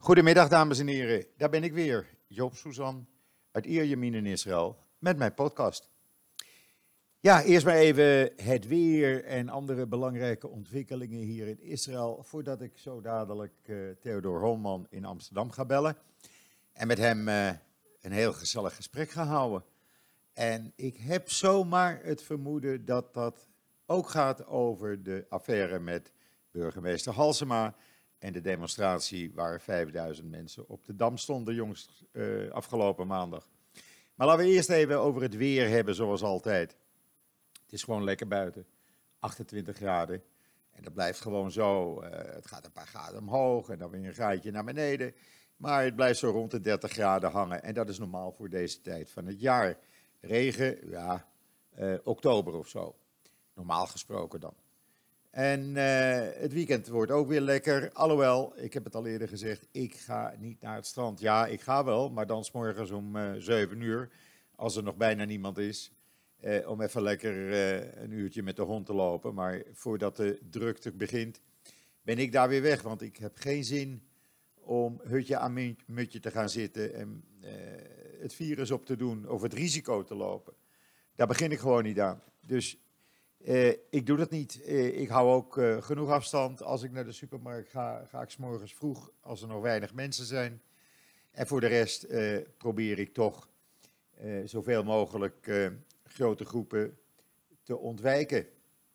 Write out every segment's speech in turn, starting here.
Goedemiddag, dames en heren. Daar ben ik weer, Joop Suzan uit Ierjemien in Israël, met mijn podcast. Ja, eerst maar even het weer en andere belangrijke ontwikkelingen hier in Israël, voordat ik zo dadelijk Theodor Holman in Amsterdam ga bellen en met hem een heel gezellig gesprek ga houden. En ik heb zomaar het vermoeden dat dat ook gaat over de affaire met burgemeester Halsema en de demonstratie waar 5000 mensen op de Dam stonden afgelopen maandag. Maar laten we eerst even over het weer hebben, zoals altijd. Het is gewoon lekker buiten, 28 graden. En dat blijft gewoon zo. Het gaat een paar graden omhoog en dan weer een graadje naar beneden. Maar het blijft zo rond de 30 graden hangen. En dat is normaal voor deze tijd van het jaar. Regen, ja, oktober of zo. Normaal gesproken dan. En het weekend wordt ook weer lekker. Alhoewel, ik heb het al eerder gezegd, ik ga niet naar het strand. Ja, ik ga wel, maar dan 's morgens om 7 uur, als er nog bijna niemand is. Om even lekker een uurtje met de hond te lopen. Maar voordat de drukte begint, ben ik daar weer weg. Want ik heb geen zin om hutje aan mutje te gaan zitten en het virus op te doen of het risico te lopen. Daar begin ik gewoon niet aan. Dus ik doe dat niet. Ik hou ook genoeg afstand. Als ik naar de supermarkt ga, ga ik 's morgens vroeg als er nog weinig mensen zijn. En voor de rest probeer ik toch zoveel mogelijk grote groepen te ontwijken.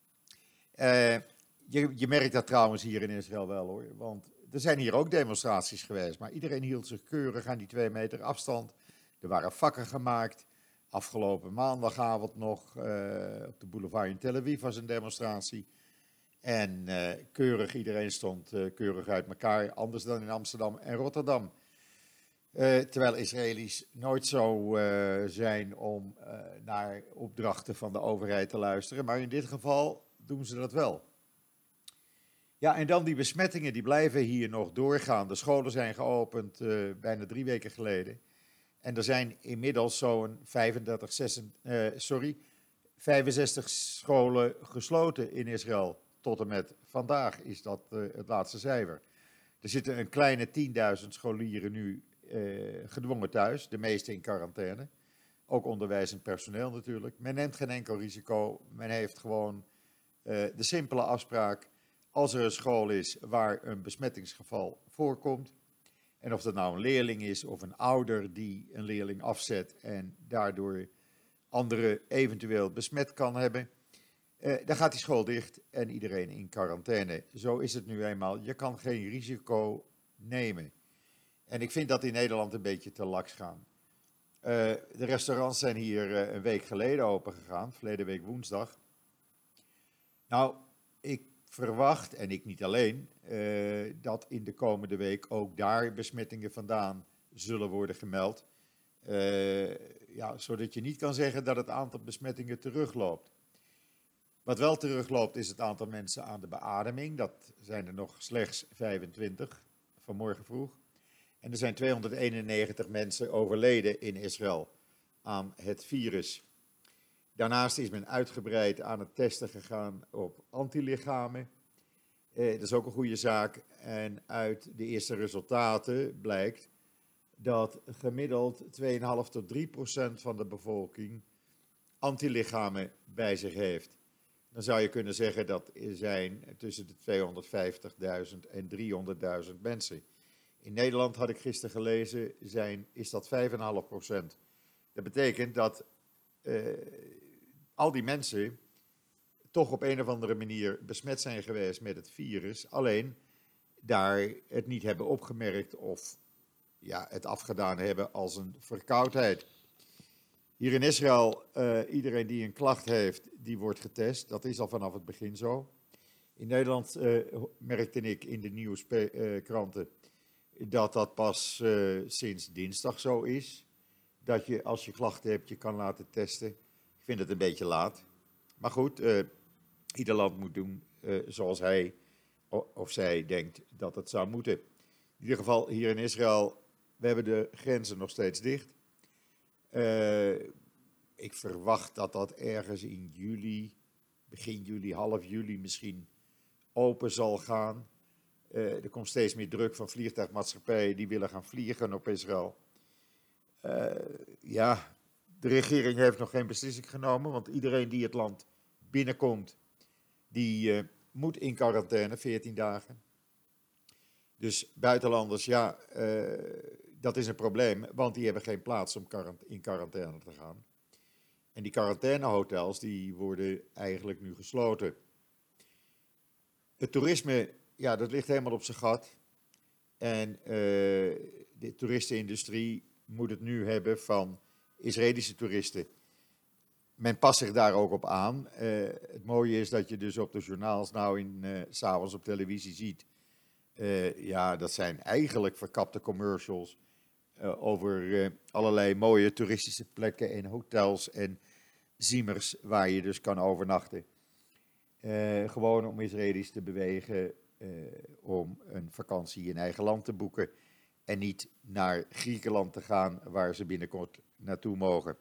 Je merkt dat trouwens hier in Israël wel hoor. Want er zijn hier ook demonstraties geweest. Maar iedereen hield zich keurig aan die 2 meter afstand. Er waren vakken gemaakt. Afgelopen maandagavond nog op de boulevard in Tel Aviv was een demonstratie. En keurig, iedereen stond keurig uit elkaar, anders dan in Amsterdam en Rotterdam. Terwijl Israëli's nooit zo zijn om naar opdrachten van de overheid te luisteren. Maar in dit geval doen ze dat wel. Ja, en dan die besmettingen, die blijven hier nog doorgaan. De scholen zijn geopend bijna 3 weken geleden. En er zijn inmiddels zo'n 65 scholen gesloten in Israël. Tot en met vandaag is dat het laatste cijfer. Er zitten een kleine 10.000 scholieren nu gedwongen thuis, de meeste in quarantaine. Ook onderwijzend personeel natuurlijk. Men neemt geen enkel risico. Men heeft gewoon de simpele afspraak. Als er een school is waar een besmettingsgeval voorkomt, en of dat nou een leerling is of een ouder die een leerling afzet en daardoor anderen eventueel besmet kan hebben, dan gaat die school dicht en iedereen in quarantaine. Zo is het nu eenmaal. Je kan geen risico nemen. En ik vind dat in Nederland een beetje te laks gaan. De restaurants zijn hier een week geleden open gegaan, verleden week woensdag. Nou, ik verwacht, en ik niet alleen, dat in de komende week ook daar besmettingen vandaan zullen worden gemeld. Ja, zodat je niet kan zeggen dat het aantal besmettingen terugloopt. Wat wel terugloopt is het aantal mensen aan de beademing. Dat zijn er nog slechts 25 vanmorgen vroeg. En er zijn 291 mensen overleden in Israël aan het virus. Daarnaast is men uitgebreid aan het testen gegaan op antilichamen. Dat is ook een goede zaak. En uit de eerste resultaten blijkt dat gemiddeld 2,5 tot 3% van de bevolking antilichamen bij zich heeft. Dan zou je kunnen zeggen dat er zijn tussen de 250.000 en 300.000 mensen. In Nederland, had ik gisteren gelezen, is dat 5,5%. Dat betekent dat al die mensen toch op een of andere manier besmet zijn geweest met het virus, alleen daar het niet hebben opgemerkt of ja, het afgedaan hebben als een verkoudheid. Hier in Israël, iedereen die een klacht heeft, die wordt getest. Dat is al vanaf het begin zo. In Nederland merkte ik in de nieuwskranten dat dat pas sinds dinsdag zo is. Dat je als je klachten hebt, je kan laten testen. Ik vind het een beetje laat. Maar goed, ieder land moet doen zoals hij of zij denkt dat het zou moeten. In ieder geval hier in Israël, we hebben de grenzen nog steeds dicht. Ik verwacht dat dat ergens in juli, begin juli, half juli misschien open zal gaan. Er komt steeds meer druk van vliegtuigmaatschappijen die willen gaan vliegen op Israël. Ja, de regering heeft nog geen beslissing genomen, want iedereen die het land binnenkomt, die moet in quarantaine, 14 dagen. Dus buitenlanders, ja, dat is een probleem, want die hebben geen plaats om in quarantaine te gaan. En die quarantainehotels, die worden eigenlijk nu gesloten. Het toerisme, ja, dat ligt helemaal op zijn gat. En de toeristenindustrie moet het nu hebben van Israëlische toeristen. Men past zich daar ook op aan. Het mooie is dat je dus op de journaals nou 's avonds op televisie ziet. Ja, dat zijn eigenlijk verkapte commercials over allerlei mooie toeristische plekken en hotels en zimmers waar je dus kan overnachten. Gewoon om Israëli's te bewegen om een vakantie in eigen land te boeken en niet naar Griekenland te gaan waar ze binnenkort naartoe mogen.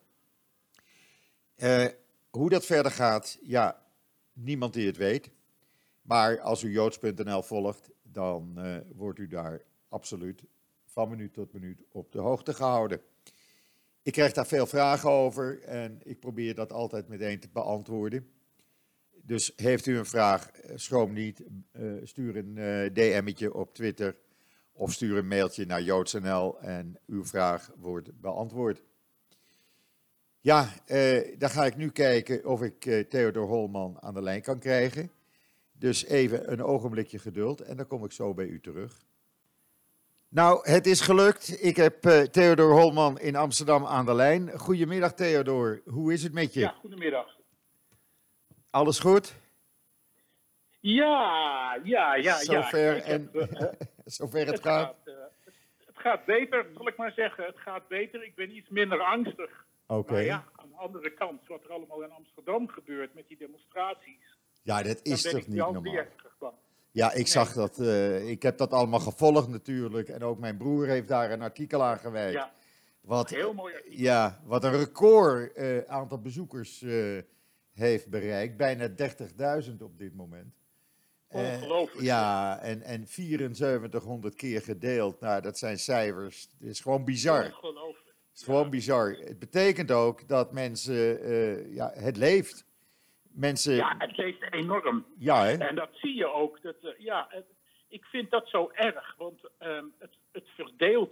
Hoe dat verder gaat, ja, niemand die het weet. Maar als u joods.nl volgt, dan wordt u daar absoluut van minuut tot minuut op de hoogte gehouden. Ik krijg daar veel vragen over en ik probeer dat altijd meteen te beantwoorden. Dus heeft u een vraag, schroom niet, stuur een DM'tje op Twitter of stuur een mailtje naar joods.nl en uw vraag wordt beantwoord. Ja, dan ga ik nu kijken of ik Theodor Holman aan de lijn kan krijgen. Dus even een ogenblikje geduld en dan kom ik zo bij u terug. Nou, het is gelukt. Ik heb Theodor Holman in Amsterdam aan de lijn. Goedemiddag Theodor, hoe is het met je? Ja, goedemiddag. Alles goed? Ja. Zover zover het gaat? Het gaat beter, zal ik maar zeggen. Het gaat beter. Ik ben iets minder angstig. Oké. Maar ja, aan de andere kant, wat er allemaal in Amsterdam gebeurt met die demonstraties. Ja, dat is toch niet normaal? Ja, ik zag dat. Ik heb dat allemaal gevolgd natuurlijk. En ook mijn broer heeft daar een artikel aan gewijd. Ja, heel mooi artikel. Ja, wat een record aantal bezoekers heeft bereikt. Bijna 30.000 op dit moment. Ongelooflijk. Ja, en 7400 keer gedeeld. Nou, dat zijn cijfers. Het is gewoon bizar. Ongelooflijk. Het is gewoon bizar. Het betekent ook dat mensen, het leeft. Mensen... Ja, het leeft enorm. Ja, hè? En dat zie je ook. Ik vind dat zo erg, want het verdeelt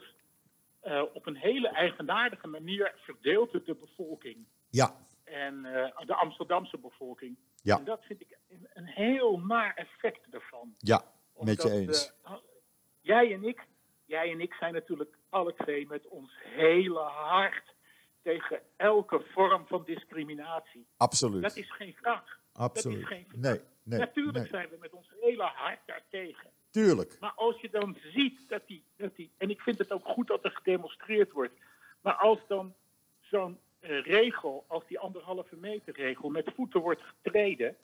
op een hele eigenaardige manier verdeelt het de bevolking. Ja. En de Amsterdamse bevolking. Ja. En dat vind ik een heel naar effect ervan. Ja, met je Omdat, eens. Jij en ik zijn natuurlijk alle twee met ons hele hart tegen elke vorm van discriminatie. Absoluut. Dat is geen vraag. Absoluut. Dat is geen vraag. Nee. Natuurlijk zijn we met ons hele hart daartegen. Tuurlijk. Maar als je dan ziet dat die... En ik vind het ook goed dat er gedemonstreerd wordt. Maar als dan zo'n regel, als die 1,5 meter regel met voeten wordt getreden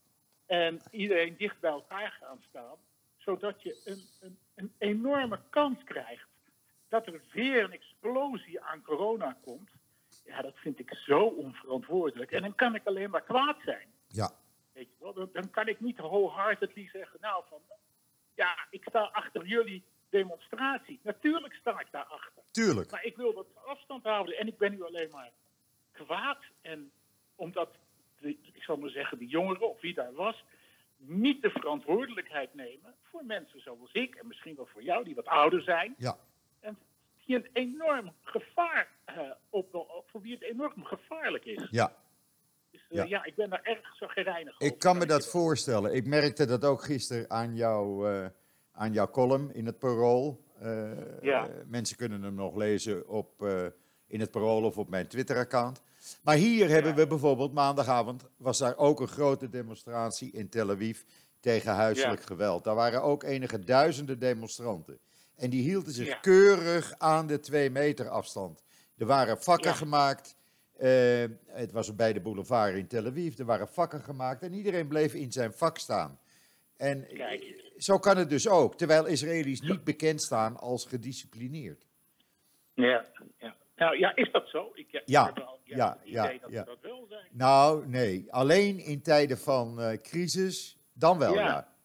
en iedereen dicht bij elkaar gaan staan, zodat je een enorme kans krijgt dat er weer een explosie aan corona komt. Ja, dat vind ik zo onverantwoordelijk. En dan kan ik alleen maar kwaad zijn. Ja. Weet je wel? Dan kan ik niet wholeheartedly zeggen, nou van, ja, ik sta achter jullie demonstratie. Natuurlijk sta ik daarachter. Tuurlijk. Maar ik wil wat afstand houden en ik ben nu alleen maar kwaad. En omdat, ik zal maar zeggen, de jongeren of wie daar was, niet de verantwoordelijkheid nemen voor mensen zoals ik en misschien wel voor jou die wat ouder zijn. Ja. En die een enorm gevaar voor wie het enorm gevaarlijk is. Ja. Dus ik ben daar erg chagrijnig over. Ik kan me dat voorstellen. Ik merkte dat ook gisteren aan jouw column in het Parool. Mensen kunnen hem nog lezen in het Parool of op mijn Twitter-account. Maar hier hebben we bijvoorbeeld maandagavond, was daar ook een grote demonstratie in Tel Aviv tegen huiselijk geweld. Daar waren ook enige duizenden demonstranten. En die hielden zich keurig aan de 2 meter afstand. Er waren vakken gemaakt. Het was bij de boulevard in Tel Aviv. Er waren vakken gemaakt en iedereen bleef in zijn vak staan. En zo kan het dus ook, terwijl Israëli's niet bekend staan als gedisciplineerd. Ja. Nou ja, is dat zo? Ik heb wel het idee dat ze dat wel zijn. Nou, nee. Alleen in tijden van crisis, dan wel, ja.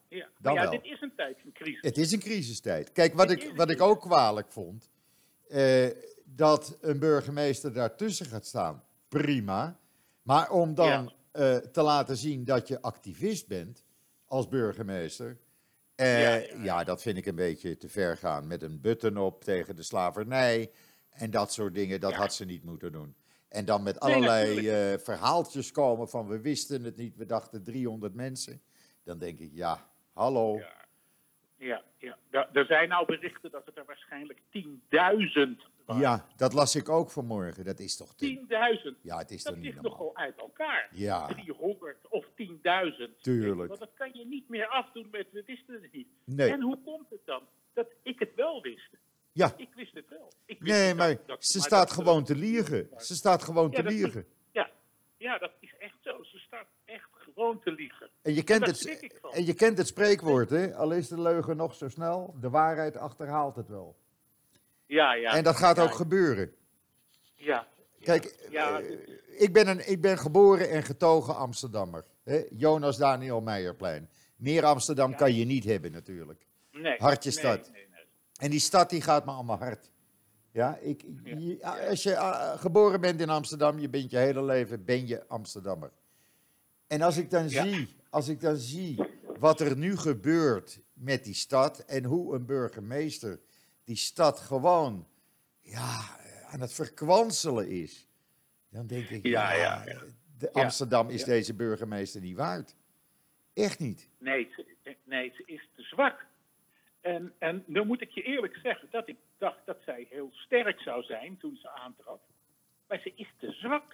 ja. Dan Maar ja, wel. dit is een tijd van crisis. Het is een crisistijd. Kijk, Het is een wat ik crisis. ook kwalijk vond, dat een burgemeester daartussen gaat staan, prima. Maar om dan te laten zien dat je activist bent als burgemeester, dat vind ik een beetje te ver gaan. Met een button op tegen de slavernij en dat soort dingen, dat had ze niet moeten doen. En dan met Nee, allerlei natuurlijk. verhaaltjes komen van we wisten het niet, we dachten 300 mensen. Dan denk ik, ja, hallo. Ja. Er zijn nou berichten dat het er waarschijnlijk 10.000 waren. Ja, dat las ik ook vanmorgen. Dat is toch 10.000. Ja, het is Dat toch niet ligt normaal. nogal uit elkaar. Ja. 300 of 10.000. Tuurlijk. Want dat kan je niet meer afdoen met we wisten het niet. Nee. En hoe komt het dan dat ik het wel wist? Ja, Ik wist het wel. Ik wist nee, niet maar dat- ze maar staat dat- gewoon te liegen. Ze staat gewoon te dat- liegen. Ja, dat is echt zo. Ze staat echt gewoon te liegen. En je kent daar het, schrik ik van. en je kent het spreekwoord, hè? Al is de leugen nog zo snel, de waarheid achterhaalt het wel. Ja. En dat gaat ja, ook gebeuren. Ja. Kijk, Ja, ik ben geboren en getogen Amsterdammer. Hè? Jonas Daniel Meijerplein. Meer Amsterdam kan je niet hebben natuurlijk. nee. Hartje nee, stad. nee. En die stad die gaat me aan mijn hart. Ja, als je geboren bent in Amsterdam, je bent je hele leven ben je Amsterdammer. En als ik dan zie wat er nu gebeurt met die stad en hoe een burgemeester die stad gewoon aan het verkwanselen is, dan denk ik, Ja. Amsterdam is Ja. deze burgemeester niet waard. Echt niet. Nee, ze is te zwak. En nu moet ik je eerlijk zeggen dat ik dacht dat zij heel sterk zou zijn toen ze aantrad. Maar ze is te zwak.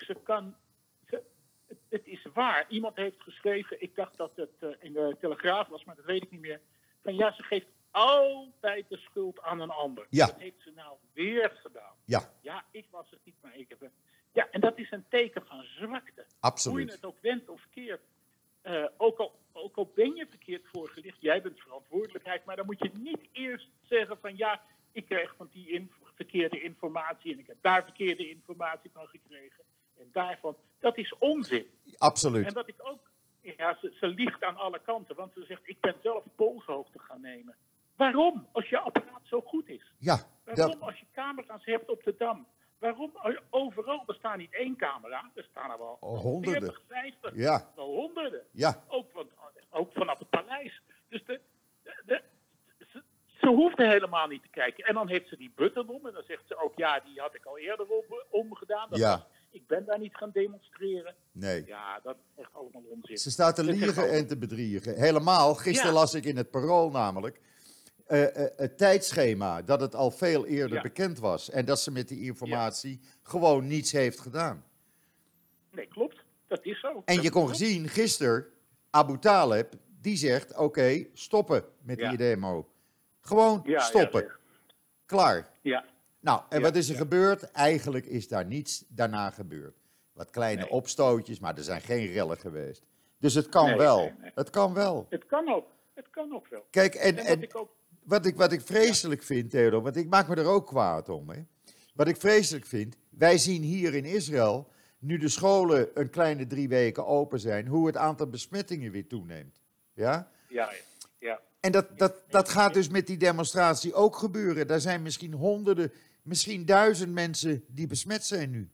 Het is waar. Iemand heeft geschreven, ik dacht dat het in de Telegraaf was, maar dat weet ik niet meer. Van ja, ze geeft altijd de schuld aan een ander. Ja. Dat heeft ze nou weer gedaan. Ja, Ja, ik was het niet, maar ik heb het. Ja, en dat is een teken van zwakte. Hoe je absoluut. het ook wendt of keert. Ook al ben je verkeerd voorgelicht, jij bent verantwoordelijkheid, maar dan moet je niet eerst zeggen van ja, ik kreeg van die verkeerde informatie en ik heb daar verkeerde informatie van gekregen en daarvan. Dat is onzin. Absoluut. En wat ik ook, ze liegt aan alle kanten, want ze zegt ik ben zelf polshoogte gaan nemen. Waarom? Als je apparaat zo goed is. Ja, Waarom als je camera's hebt op de Dam? Waarom overal? Er staan niet één camera, er staan er wel honderden. 40, 50, Ja. wel honderden. Ja, Ook vanaf het paleis. Dus ze hoefde helemaal niet te kijken. En dan heeft ze die button om en dan zegt ze ook ja, die had ik al eerder omgedaan. Ja. Ik ben daar niet gaan demonstreren. nee. Ja, dat is echt allemaal onzin. Ze staat te Dat is liegen echt en te bedriegen. Helemaal. Gisteren Ja. las ik in het Parool namelijk het tijdschema dat het al veel eerder Ja. bekend was. En dat ze met die informatie gewoon niets heeft gedaan. Nee, klopt. Dat is zo. En Dat je kon klopt. zien gisteren, Abu Taleb, die zegt oké, stoppen met Ja. die demo. Gewoon Ja, stoppen. Ja, Klaar. ja. Nou, en Ja, wat is er ja. gebeurd? Eigenlijk is daar niets daarna gebeurd. Wat kleine Nee. opstootjes, maar er zijn geen rellen geweest. Dus het kan Nee, wel. nee. Het kan wel. Het kan ook. Het kan ook wel. Kijk, En en ik ook. wat ik vreselijk vind, Theodor, want ik maak me er ook kwaad om. Hè. Wat ik vreselijk vind, wij zien hier in Israël, nu de scholen een kleine 3 weken open zijn, hoe het aantal besmettingen weer toeneemt. Ja? Ja. En dat gaat dus met die demonstratie ook gebeuren. Daar zijn misschien honderden, misschien 1000 mensen die besmet zijn nu.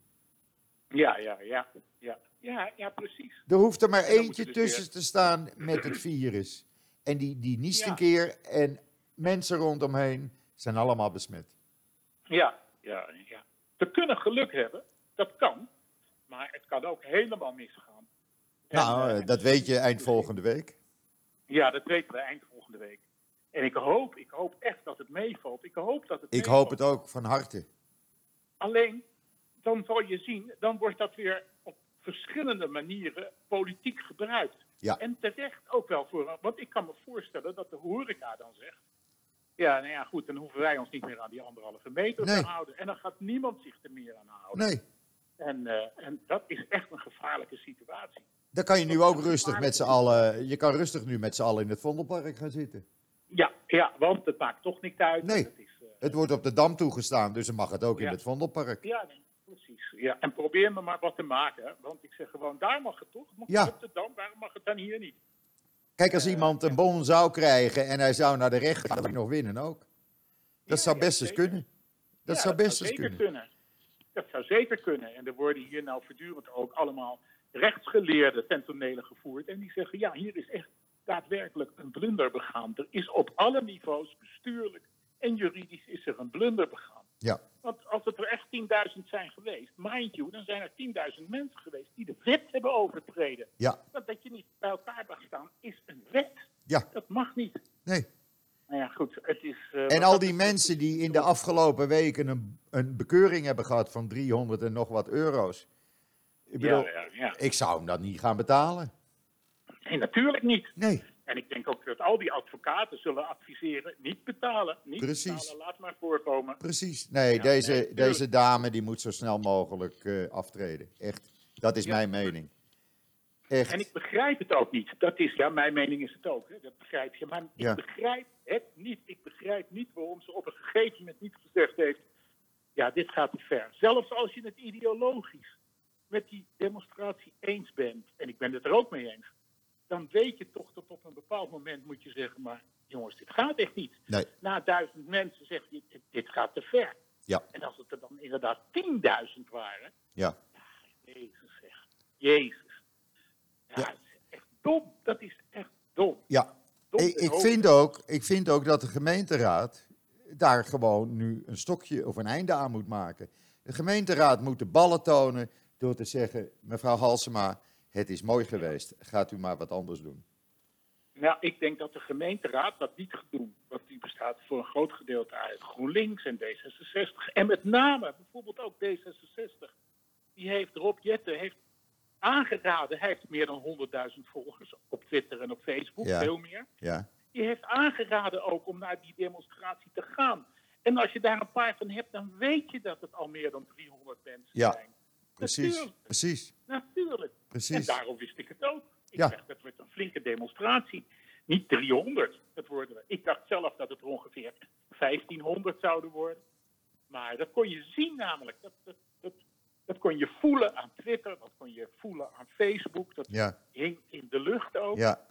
Ja, precies. Er hoeft er maar En dan moet eentje je dus tussen te staan met het virus. En die niest Ja. een keer en mensen rondomheen zijn allemaal besmet. Ja. We kunnen geluk hebben, dat kan, maar het kan ook helemaal misgaan. En, Nou, dat weet je eind volgende week. Ja, dat weten we eind volgende week. En ik hoop echt dat het meevalt. Ik Ik hoop het ook van harte. Alleen, dan zal je zien, dan wordt dat weer op verschillende manieren politiek gebruikt. Ja. En terecht ook wel voor, want ik kan me voorstellen dat de horeca dan zegt, ja, nou ja, goed, dan hoeven wij ons niet meer aan die 1,5 meter Nee. te houden. En dan gaat niemand zich er meer aan houden. Nee, En dat is echt een gevaarlijke situatie. dan kan je nu ook rustig met z'n allen. Je kan rustig nu met z'n allen in het Vondelpark gaan zitten. Ja, want het maakt toch niet uit. Nee. Het is, Het wordt op de Dam toegestaan, dus dan mag het ook in Ja. het Vondelpark. ja, nee, precies. Ja. En probeer me maar wat te maken. Hè? Want ik zeg gewoon, daar mag het toch? Mag Ja. het op de Dam, waarom mag het dan hier niet? Kijk, als iemand een bon zou krijgen en hij zou naar de rechter gaan, dan zou hij nog winnen ook. Dat zou best eens kunnen. Dat zou best eens kunnen. Dat zou zeker kunnen. En er worden hier nou voortdurend ook allemaal rechtsgeleerden ten tonele gevoerd. En die zeggen, ja, hier is echt daadwerkelijk een blunder begaan. Er is op alle niveaus, bestuurlijk en juridisch, is er een blunder begaan. Ja. Want als het er echt 10.000 zijn geweest, mind you, dan zijn er 10.000 mensen geweest die de wet hebben overtreden. Ja. Want dat je niet bij elkaar mag staan, is een wet. Ja. Dat mag niet. Nee. Nou ja, goed, het is... En al die mensen die in de afgelopen weken een bekeuring hebben gehad van 300 en nog wat euro's. Ik bedoel, ik zou hem dat niet gaan betalen. Nee, natuurlijk niet. Nee. En ik denk ook dat al die advocaten zullen adviseren, niet betalen. Niet betalen, laat maar voorkomen. Precies. Nee, deze dame die moet zo snel mogelijk aftreden. Echt. Dat is mijn mening. Echt. En ik begrijp het ook niet. Dat is, mijn mening is het ook. Hè. Dat begrijp je. Maar ik begrijp het niet. Ik begrijp niet waarom ze op een gegeven moment niet gezegd heeft, ja, dit gaat te ver. Zelfs als je het ideologisch met die demonstratie eens bent, en ik ben het er ook mee eens, dan weet je toch dat op een bepaald moment moet je zeggen, maar jongens, dit gaat echt niet. Nee. Na 1000 mensen zeg je, dit gaat te ver. Ja. En als het er dan inderdaad 10.000 waren, ja. Jezus zeg. Jezus. Ja, dat is echt dom. Dat is echt dom. Ja. Ik vind ook dat de gemeenteraad daar gewoon nu een stokje of een einde aan moet maken. De gemeenteraad moet de ballen tonen door te zeggen, mevrouw Halsema, het is mooi geweest. Gaat u maar wat anders doen. Nou, ik denk dat de gemeenteraad dat niet gaat doen. Want die bestaat voor een groot gedeelte uit GroenLinks en D66. En met name bijvoorbeeld ook D66. Die heeft, Rob Jetten heeft aangeraden. Hij heeft meer dan 100.000 volgers op Twitter en op Facebook. Veel meer. Ja. Die heeft aangeraden ook om naar die demonstratie te gaan. En als je daar een paar van hebt, dan weet je dat het al meer dan 300 mensen zijn. Precies. Natuurlijk. Precies. En daarom wist ik het ook. Ik dacht, dat wordt een flinke demonstratie. Niet 300, dat worden we. Ik dacht zelf dat het er ongeveer 1500 zouden worden. Maar dat kon je zien namelijk. Dat kon je voelen aan Twitter, dat kon je voelen aan Facebook. Dat hing in de lucht ook. Ja.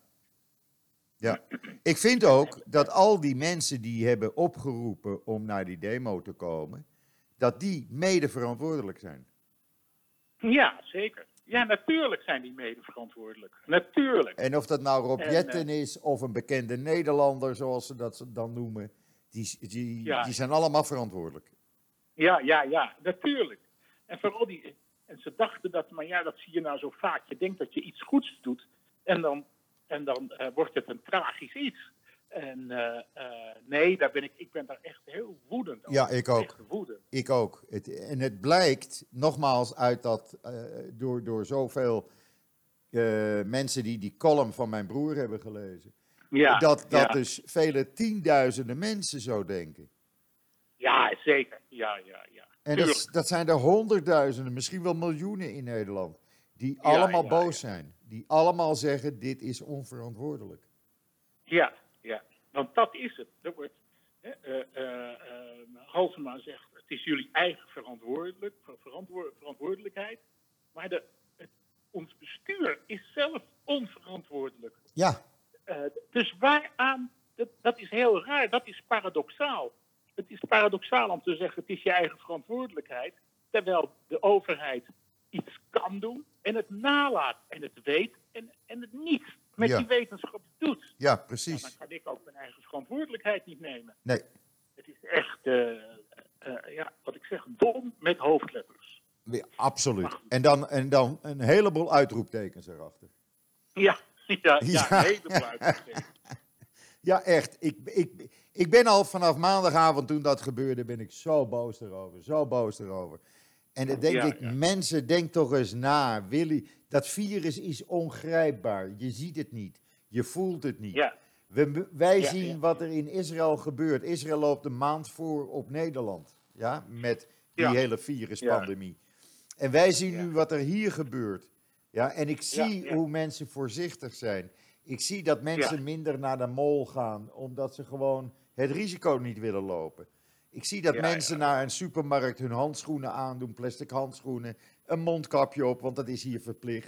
Ik vind ook dat al die mensen die hebben opgeroepen om naar die demo te komen, dat die mede verantwoordelijk zijn. Ja, zeker. Ja, natuurlijk zijn die mede verantwoordelijk. Natuurlijk. En of dat nou Rob Jetten is of een bekende Nederlander, zoals ze dat dan noemen, die zijn allemaal verantwoordelijk. Ja, natuurlijk. En vooral en ze dachten dat, maar ja, dat zie je nou zo vaak. Je denkt dat je iets goeds doet en dan wordt het een tragisch iets. En nee, ik ben daar echt heel woedend over. Ja, ik ook. Echt woedend. Ik ook. Het blijkt, nogmaals, uit dat door zoveel mensen die column van mijn broer hebben gelezen, dat dus vele tienduizenden mensen zo denken. Ja, zeker. Ja. En dat zijn er honderdduizenden, misschien wel miljoenen in Nederland, die allemaal boos zijn. Die allemaal zeggen, dit is onverantwoordelijk. Ja. Want dat is het. Er wordt, Halsema zegt, het is jullie eigen verantwoordelijkheid. Maar ons bestuur is zelf onverantwoordelijk. Ja. Dus waaraan, dat is heel raar, dat is paradoxaal. Het is paradoxaal om te zeggen, het is je eigen verantwoordelijkheid, terwijl de overheid iets kan doen en het nalaat en het weet en het niet met die wetenschap doet. Ja, precies. Dan kan ik ook mijn eigen verantwoordelijkheid niet nemen. Nee. Het is echt, wat ik zeg, dom met hoofdletters. Ja, absoluut. En dan een heleboel uitroeptekens erachter. Ja, een heleboel uitroeptekens. Ja, echt. Ik ben al vanaf maandagavond toen dat gebeurde, ben ik zo boos erover. En dan denk ik, mensen, denk toch eens na. Dat virus is ongrijpbaar. Je ziet het niet. Je voelt het niet. Ja. Wij zien wat er in Israël gebeurt. Israël loopt een maand voor op Nederland. Ja, met die hele viruspandemie. Ja. En wij zien nu wat er hier gebeurt. Ja, en ik zie hoe mensen voorzichtig zijn. Ik zie dat mensen minder naar de mall gaan, omdat ze gewoon het risico niet willen lopen. Ik zie dat mensen naar een supermarkt hun handschoenen aandoen, plastic handschoenen, een mondkapje op, want dat is hier verplicht.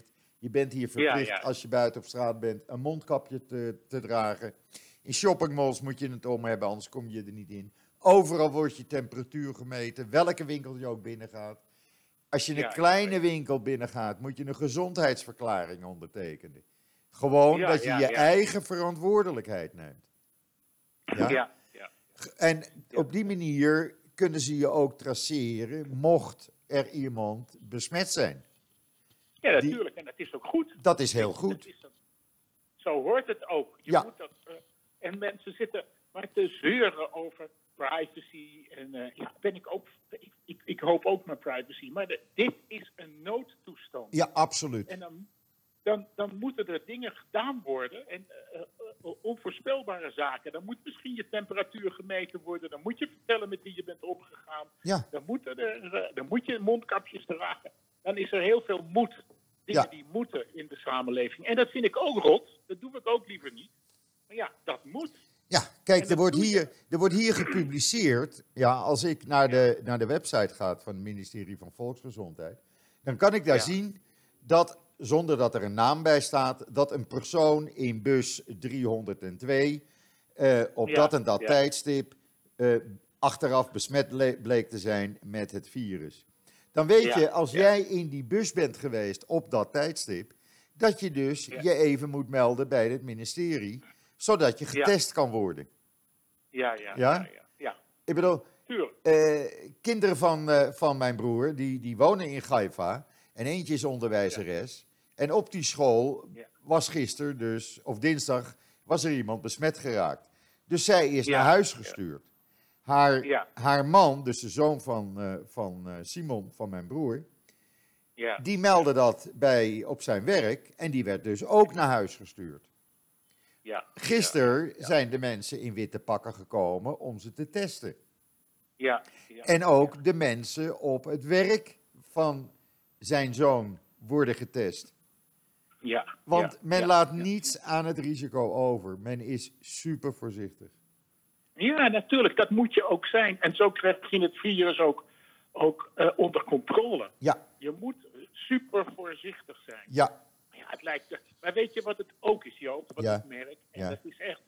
Je bent hier verplicht, ja. als je buiten op straat bent, een mondkapje te dragen. In shoppingmalls moet je het om hebben, anders kom je er niet in. Overal wordt je temperatuur gemeten, welke winkel je ook binnengaat. Als je een kleine winkel binnengaat, moet je een gezondheidsverklaring ondertekenen. Gewoon dat je je eigen verantwoordelijkheid neemt. Ja? En op die manier kunnen ze je ook traceren, mocht er iemand besmet zijn. Ja, natuurlijk. En dat is ook goed. Dat is heel goed. Zo hoort het ook. Je moet dat, en mensen zitten maar te zeuren over privacy. En ben ik ook. Ik hoop ook naar privacy. Maar dit is een noodtoestand. Ja, absoluut. En dan moeten er dingen gedaan worden. En onvoorspelbare zaken. Dan moet misschien je temperatuur gemeten worden. Dan moet je vertellen met wie je bent omgegaan. Ja. Dan moet je mondkapjes dragen. Dan is er heel veel moed. Dingen die moeten in de samenleving. En dat vind ik ook rot. Dat doe ik ook liever niet. Maar ja, dat moet. Ja, kijk, er wordt hier gepubliceerd. Ja, als ik naar de website ga van het ministerie van Volksgezondheid, dan kan ik daar zien dat, zonder dat er een naam bij staat, dat een persoon in bus 302 op dat en dat tijdstip achteraf besmet bleek te zijn met het virus. Dan weet je, als jij in die bus bent geweest op dat tijdstip, dat je dus je even moet melden bij het ministerie, zodat je getest kan worden. Ja. Ik bedoel, kinderen van mijn broer, die wonen in Haifa, en eentje is onderwijzeres. En op die school was gisteren dus, of dinsdag, was er iemand besmet geraakt. Dus zij is naar huis gestuurd. Haar man, dus de zoon van Simon, van mijn broer, die meldde dat op zijn werk en die werd dus ook naar huis gestuurd. Gisteren zijn de mensen in witte pakken gekomen om ze te testen. En ook de mensen op het werk van zijn zoon worden getest. Want men laat niets aan het risico over. Men is super voorzichtig. Ja, natuurlijk. Dat moet je ook zijn. En zo krijg je het virus ook onder controle. Ja. Je moet super voorzichtig zijn. Ja. Ja, het lijkt. Maar weet je wat het ook is, Joop? Wat ik merk? En dat is echt.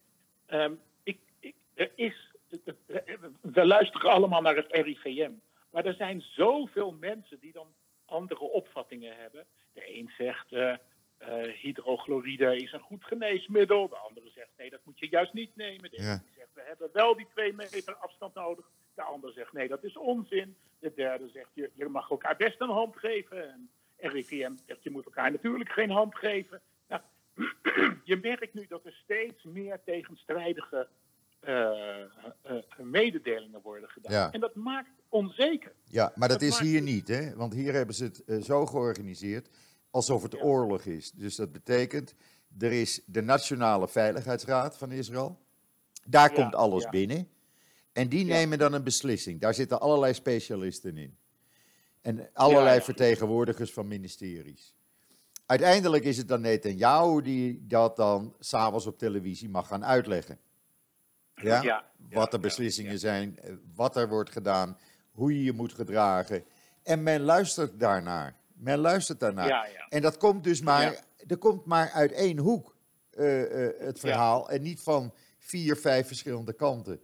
We luisteren allemaal naar het RIVM. Maar er zijn zoveel mensen die dan andere opvattingen hebben. De een zegt hydrochloride is een goed geneesmiddel. De andere zegt nee, dat moet je juist niet nemen. De ene zegt we hebben wel die 2 meter afstand nodig. De ander zegt nee, dat is onzin. De derde zegt je mag elkaar best een hand geven. En RIVM zegt je moet elkaar natuurlijk geen hand geven. Nou, je merkt nu dat er steeds meer tegenstrijdige mededelingen worden gedaan. Ja. En dat maakt onzeker. Ja, maar dat is hier niet, hè? Want hier hebben ze het zo georganiseerd alsof het oorlog is. Dus dat betekent, er is de Nationale Veiligheidsraad van Israël. Daar komt alles binnen. En die nemen dan een beslissing. Daar zitten allerlei specialisten in. En allerlei vertegenwoordigers van ministeries. Uiteindelijk is het dan Netanyahu die dat dan 's avonds op televisie mag gaan uitleggen. Wat de beslissingen zijn, wat er wordt gedaan, hoe je je moet gedragen. En men luistert daarnaar. En dat komt dus er komt maar uit één hoek, het verhaal. En niet van 4, 5 verschillende kanten.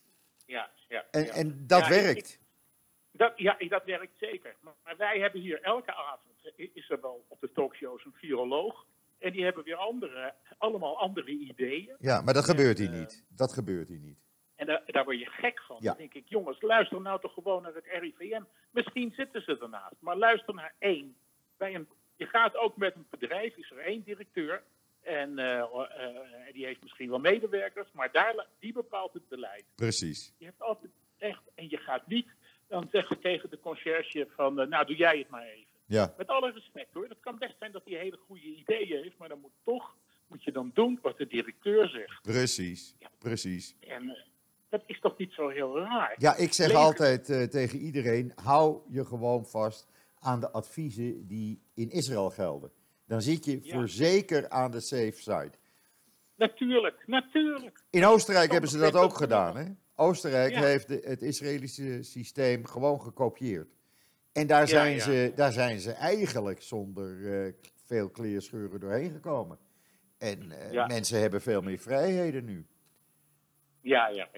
En dat werkt. Dat werkt zeker. Maar wij hebben hier elke avond, is er wel op de talkshows een viroloog. En die hebben weer allemaal andere ideeën. Ja, maar dat gebeurt hier niet. Dat gebeurt hier niet. En daar word je gek van. Dan denk ik, jongens, luister nou toch gewoon naar het RIVM. Misschien zitten ze ernaast, maar luister naar één. Je gaat ook met een bedrijf, is er 1 directeur. En die heeft misschien wel medewerkers, maar die bepaalt het beleid. Precies. Je hebt altijd echt, en je gaat niet dan zeggen tegen de conciërge van, nou doe jij het maar even. Ja. Met alle respect hoor. Het kan best zijn dat hij hele goede ideeën heeft, maar dan moet je dan doen wat de directeur zegt. Precies. En dat is toch niet zo heel raar? Ja, ik zeg altijd tegen iedereen, hou je gewoon vast aan de adviezen die in Israël gelden. Dan zit je voorzeker aan de safe side. Natuurlijk. In Oostenrijk hebben ze dat ook gedaan. Hè? Oostenrijk heeft het Israëlische systeem gewoon gekopieerd. En daar zijn ze eigenlijk zonder veel kleerscheuren doorheen gekomen. En Ja. mensen hebben veel meer vrijheden nu. Ja.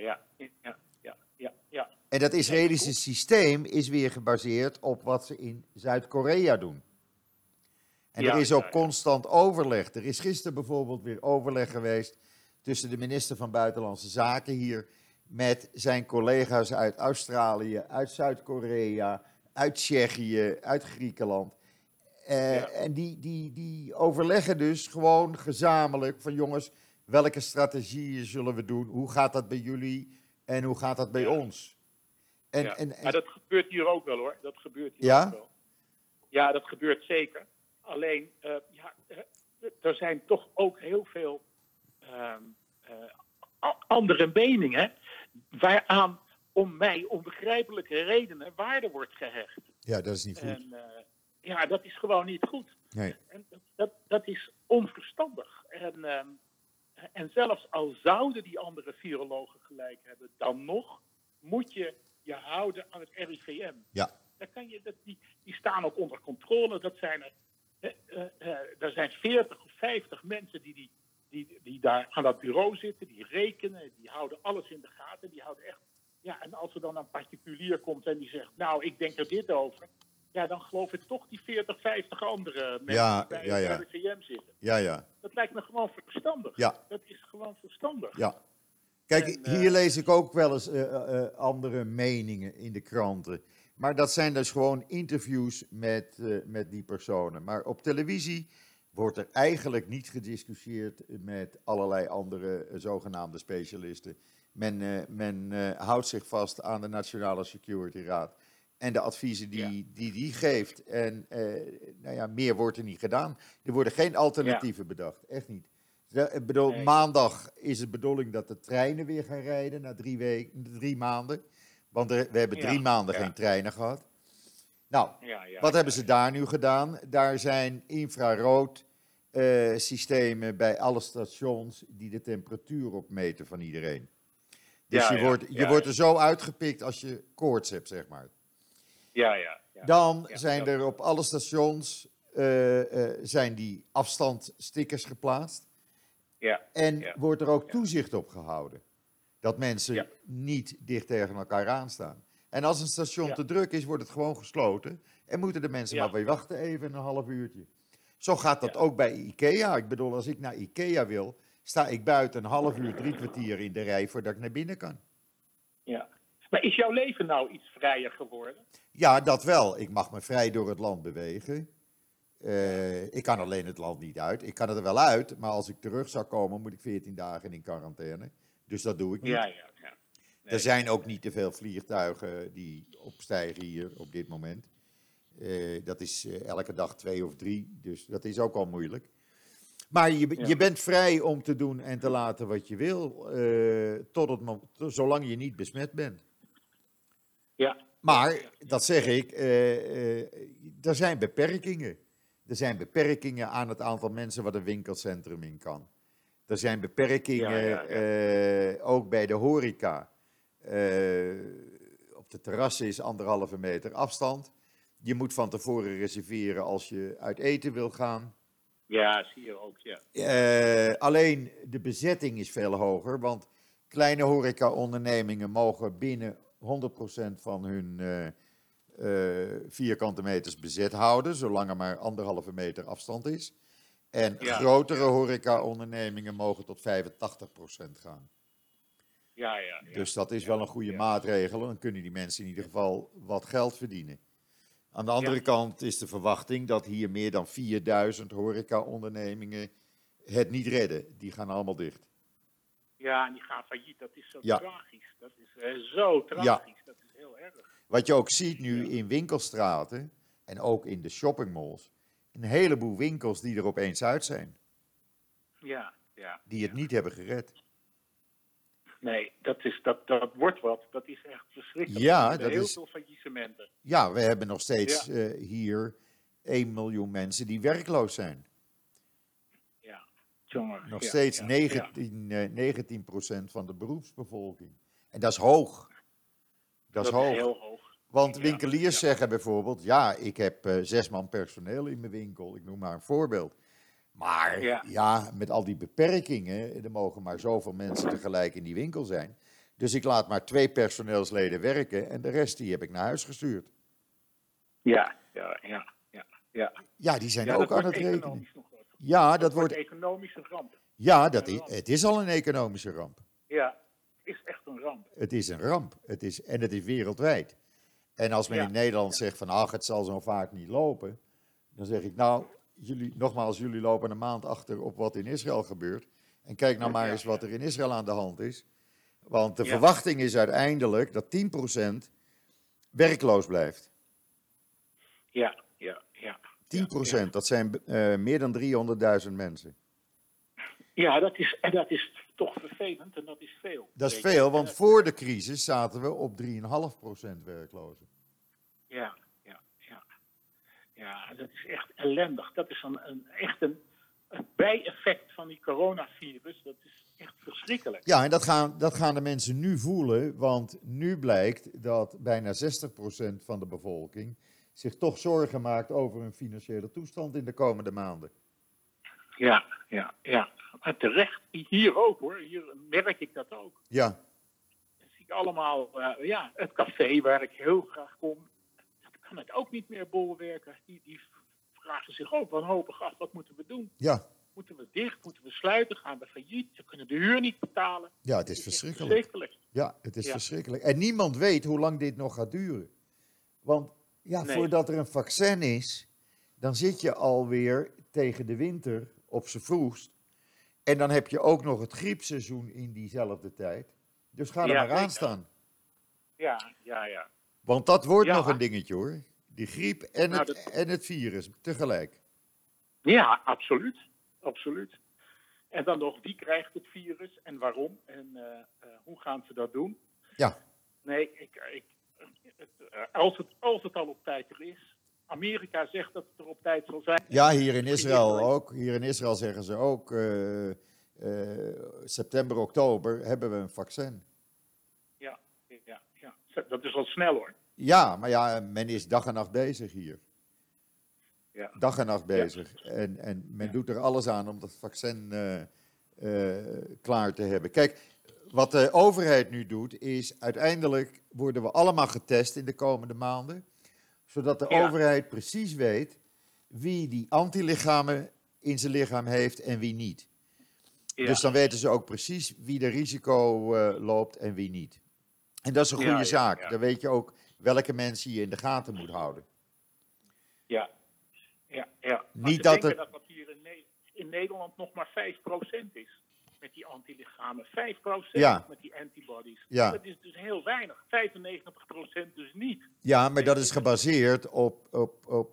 En dat Israëlische systeem is weer gebaseerd op wat ze in Zuid-Korea doen. En er is ook constant overleg. Er is gisteren bijvoorbeeld weer overleg geweest tussen de minister van Buitenlandse Zaken hier met zijn collega's uit Australië, uit Zuid-Korea, uit Tsjechië, uit Griekenland. En die overleggen dus gewoon gezamenlijk van jongens, welke strategieën zullen we doen? Hoe gaat dat bij jullie en hoe gaat dat bij ons? Maar dat gebeurt hier ook wel hoor. Dat gebeurt hier Ja? ook wel. Ja, dat gebeurt zeker. Alleen, er zijn toch ook heel veel andere meningen waaraan om mij onbegrijpelijke redenen waarde wordt gehecht. Ja, dat is niet goed. En dat is gewoon niet goed. Nee. En dat is onverstandig. En zelfs al zouden die andere virologen gelijk hebben, dan nog moet je je houden aan het RIVM. Ja. Die staan ook onder controle. Dat zijn er zijn 40 of 50 mensen die daar aan dat bureau zitten, die rekenen, die houden alles in de gaten, die houden echt. Ja, en als er dan een particulier komt en die zegt, nou, ik denk er dit over, ja, dan geloof ik toch die 40, 50 andere mensen die bij het RIVM zitten. Ja. Dat lijkt me gewoon verstandig. Ja. Dat is gewoon verstandig. Ja. Kijk, hier lees ik ook wel eens andere meningen in de kranten. Maar dat zijn dus gewoon interviews met die personen. Maar op televisie wordt er eigenlijk niet gediscussieerd met allerlei andere zogenaamde specialisten. Men houdt zich vast aan de Nationale Security Raad en de adviezen die geeft. En meer wordt er niet gedaan. Er worden geen alternatieven bedacht, echt niet. Ik bedoel, maandag is het bedoeling dat de treinen weer gaan rijden na 3 maanden. Want we hebben 3 maanden geen treinen gehad. Nou, wat hebben ze daar nu gedaan? Daar zijn infrarood systemen bij alle stations die de temperatuur opmeten van iedereen. Dus je wordt er zo uitgepikt als je koorts hebt, zeg maar. Dan zijn er op alle stations zijn die afstandstickers geplaatst. En wordt er ook toezicht op gehouden. Dat mensen niet dicht tegen elkaar aanstaan. En als een station te druk is, wordt het gewoon gesloten. En moeten de mensen maar weer wachten even een half uurtje. Zo gaat dat ook bij IKEA. Ik bedoel, als ik naar IKEA wil, sta ik buiten een half uur, 3 kwartier in de rij voordat ik naar binnen kan. Ja. Maar is jouw leven nou iets vrijer geworden? Ja, dat wel. Ik mag me vrij door het land bewegen. Ik kan alleen het land niet uit. Ik kan er wel uit, maar als ik terug zou komen, moet ik 14 dagen in quarantaine. Dus dat doe ik niet. Nee. Er zijn ook niet te veel vliegtuigen die opstijgen hier op dit moment. Dat is elke dag 2 of 3, dus dat is ook al moeilijk. Maar je bent vrij om te doen en te laten wat je wil, zolang je niet besmet bent. Ja. Maar, dat zeg ik, er zijn beperkingen. Er zijn beperkingen aan het aantal mensen wat een winkelcentrum in kan. Er zijn beperkingen ook bij de horeca. Op de terrassen is 1,5 meter afstand. Je moet van tevoren reserveren als je uit eten wil gaan. Ja, zie je ook, ja. Alleen de bezetting is veel hoger, want kleine horecaondernemingen mogen binnen 100% van hun vierkante meters bezet houden, zolang er maar 1,5 meter afstand is. En grotere horecaondernemingen mogen tot 85% gaan. Ja. Dus dat is wel een goede maatregel. Dan kunnen die mensen in ieder geval wat geld verdienen. Aan de andere kant is de verwachting dat hier meer dan 4000 horecaondernemingen het niet redden. Die gaan allemaal dicht. Ja, en die gaan failliet. Dat is zo tragisch. Dat is zo tragisch. Dat is heel erg. Wat je ook ziet nu in winkelstraten en ook in de shoppingmalls. Een heleboel winkels die er opeens uit zijn. Die het niet hebben gered. Nee, dat wordt wat. Dat is echt verschrikkelijk. Ja, dat heel is veel faillissementen. Ja, we hebben nog steeds hier 1 miljoen mensen die werkloos zijn. Ja, jongen. Nog steeds 19% van de beroepsbevolking. En dat is hoog. Dat is hoog. Heel hoog. Want Ja, winkeliers ja, zeggen bijvoorbeeld, ja, ik heb 6 man personeel in mijn winkel, ik noem maar een voorbeeld. Maar ja, ja, met al die beperkingen, er mogen maar zoveel mensen tegelijk in die winkel zijn. Dus ik laat maar 2 personeelsleden werken en de rest die heb ik naar huis gestuurd. ja, ja, ja, ja, ja. Ja, die zijn Ja, ook dat aan wordt het rekenen. economisch nog wat. Ja, Dat wordt economisch een ramp. ja Een ramp. het is al een economische ramp. Ja, het is echt een ramp. Het is een ramp. En het is wereldwijd. En als men in Ja, Nederland zegt van, ach, het zal zo vaak niet lopen, dan zeg ik, nou, jullie lopen een maand achter op wat in Israël gebeurt. En kijk nou maar ja, eens wat er in Israël aan de hand is. Want de ja, verwachting is uiteindelijk dat 10% werkloos blijft. ja, ja, ja. 10%, dat zijn meer dan 300.000 mensen. Ja, dat is toch vervelend en dat is veel. Dat is weet je. veel, want voor de crisis zaten we op 3,5% werklozen. Ja, ja, ja. Ja, dat is echt ellendig. Dat is echt een bijeffect van die coronavirus. Dat is echt verschrikkelijk. Ja, en dat gaan de mensen nu voelen, want nu blijkt dat bijna 60% van de bevolking zich toch zorgen maakt over hun financiële toestand in de komende maanden. Ja, ja, ja. Maar terecht, hier ook hoor. Hier merk ik dat ook. Ja, Dat zie ik allemaal, het café waar ik heel graag kom, dat kan het ook niet meer bolwerken. Die vragen zich ook wanhopig af, wat moeten we doen? ja, Moeten we dicht? Moeten we sluiten? Gaan we failliet? Ze kunnen de huur niet betalen. ja, het is Het is echt verschrikkelijk. verschrikkelijk. Ja, het is Ja. verschrikkelijk. En niemand weet hoe lang dit nog gaat duren. Want ja, Nee. voordat er een vaccin is, dan zit je alweer tegen de winter op z'n vroegst. En dan heb je ook nog het griepseizoen in diezelfde tijd. Dus ga er Ja, maar zeker. aan staan. Ja, ja, ja. Want dat wordt Ja. nog een dingetje hoor. Die griep en, Nou, en het virus tegelijk. Ja, absoluut. Absoluut. En dan nog, wie krijgt het virus en waarom? En hoe gaan ze dat doen? Ja, Nee, als het al op tijd er is. Amerika zegt dat het er op tijd zal zijn. ja, hier in Israël ook. Hier in Israël zeggen ze ook, september, oktober hebben we een vaccin. Ja, ja, ja. Dat is al snel hoor. Ja, maar ja, men is dag en nacht bezig hier. Ja. Dag en nacht bezig. En men Ja. doet er alles aan om dat vaccin klaar te hebben. Kijk, wat de overheid nu doet, is uiteindelijk worden we allemaal getest in de komende maanden. Zodat de Ja. overheid precies weet wie die antilichamen in zijn lichaam heeft en wie niet. Ja. Dus dan weten ze ook precies wie de risico loopt en wie niet. En dat is een goede Ja, zaak. ja. Dan weet je ook welke mensen je in de gaten moet houden. Ja, ja, ja. Maar Niet ze dat denken het- dat hier in Nederland nog maar 5% is. Met die antilichamen. 5% Ja. met die antibodies. Ja. Dat is dus heel weinig. 95% dus niet. Ja, maar dat is gebaseerd op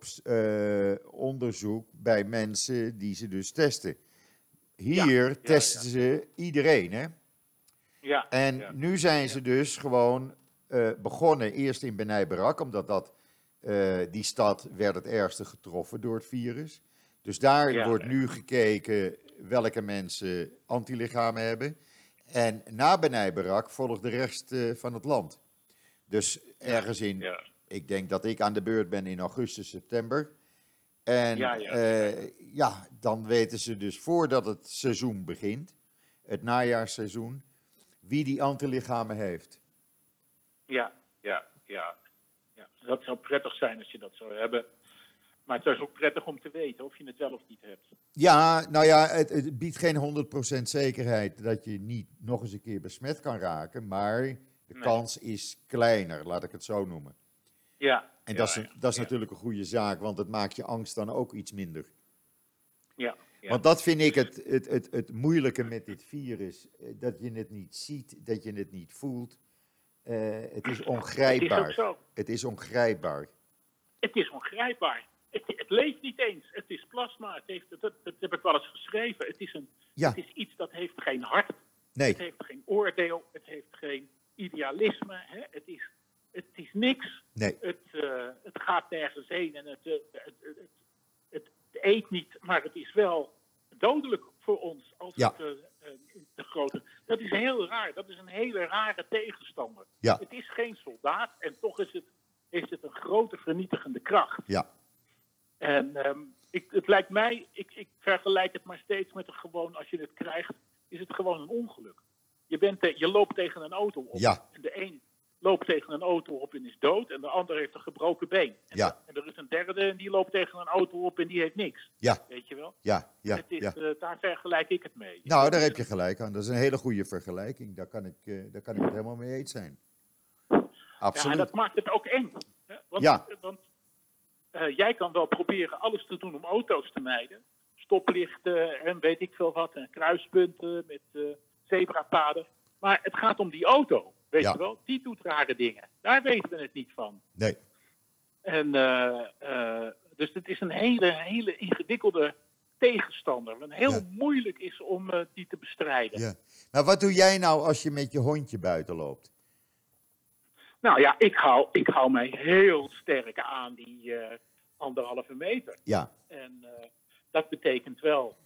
onderzoek bij mensen die ze dus testen. Hier Ja, testen ze iedereen, hè? Ja. En ja. nu zijn ze dus gewoon begonnen eerst in Benai Barak, omdat die stad werd het ergste getroffen door het virus. Dus daar Ja, wordt ja. nu gekeken welke mensen antilichamen hebben. En na Benai Barak volgt de rest van het land. Dus ergens in, Ja. ik denk dat ik aan de beurt ben in augustus, september. En Ja. Dan weten ze dus voordat het seizoen begint, het najaarsseizoen, wie die antilichamen heeft. Ja, ja, ja. Ja. Dat zou prettig zijn als je dat zou hebben. Maar het is ook prettig om te weten of je het wel of niet hebt. Ja, nou ja, het biedt geen 100% zekerheid dat je niet nog eens een keer besmet kan raken, maar de Nee. kans is kleiner, laat ik het zo noemen. Ja. En ja, dat is ja. natuurlijk een goede zaak, want het maakt je angst dan ook iets minder. Ja. Ja. Want dat vind ik het moeilijke met dit virus, dat je het niet ziet, dat je het niet voelt. Het is ongrijpbaar. Het is ook zo. Het is ongrijpbaar. Het is ongrijpbaar. Het leeft niet eens. Het is plasma. Dat heb ik wel eens geschreven. Ja. Het is iets dat heeft geen hart. Nee, Het heeft geen oordeel. Het heeft geen idealisme. Hè? Het is niks. nee, Het gaat nergens heen. En het eet niet. Maar het is wel dodelijk voor ons. Als Ja. het de grote... Dat is heel raar. Dat is een hele rare tegenstander. ja, Het is geen soldaat. En toch heeft vernietigende kracht. Ja. En het lijkt mij, ik vergelijk het maar steeds met als je het krijgt, is het gewoon een ongeluk. Je loopt tegen een auto op. Ja. En de een loopt tegen een auto op en is dood. En de ander heeft een gebroken been. En, Ja. en er is een derde en die loopt tegen een auto op en die heeft niks. Ja. Weet je wel? Ja. Daar vergelijk ik het mee. Nou, daar heb je gelijk aan. Dat is een hele goede vergelijking. Daar kan ik het helemaal mee eens zijn. Absoluut. Ja, en dat maakt het ook eng. Hè? Want jij kan wel proberen alles te doen om auto's te mijden. Stoplichten en weet ik veel wat. En kruispunten met zebrapaden. Maar het gaat om die auto. Weet je wel? Die doet rare dingen. Daar weten we het niet van. Nee. En dus het is een hele ingewikkelde tegenstander. Wat heel moeilijk is om die te bestrijden. Ja. Nou, wat doe jij nou als je met je hondje buiten loopt? Nou ja, ik hou mij heel sterk aan die 1,5 meter. Ja. En dat betekent wel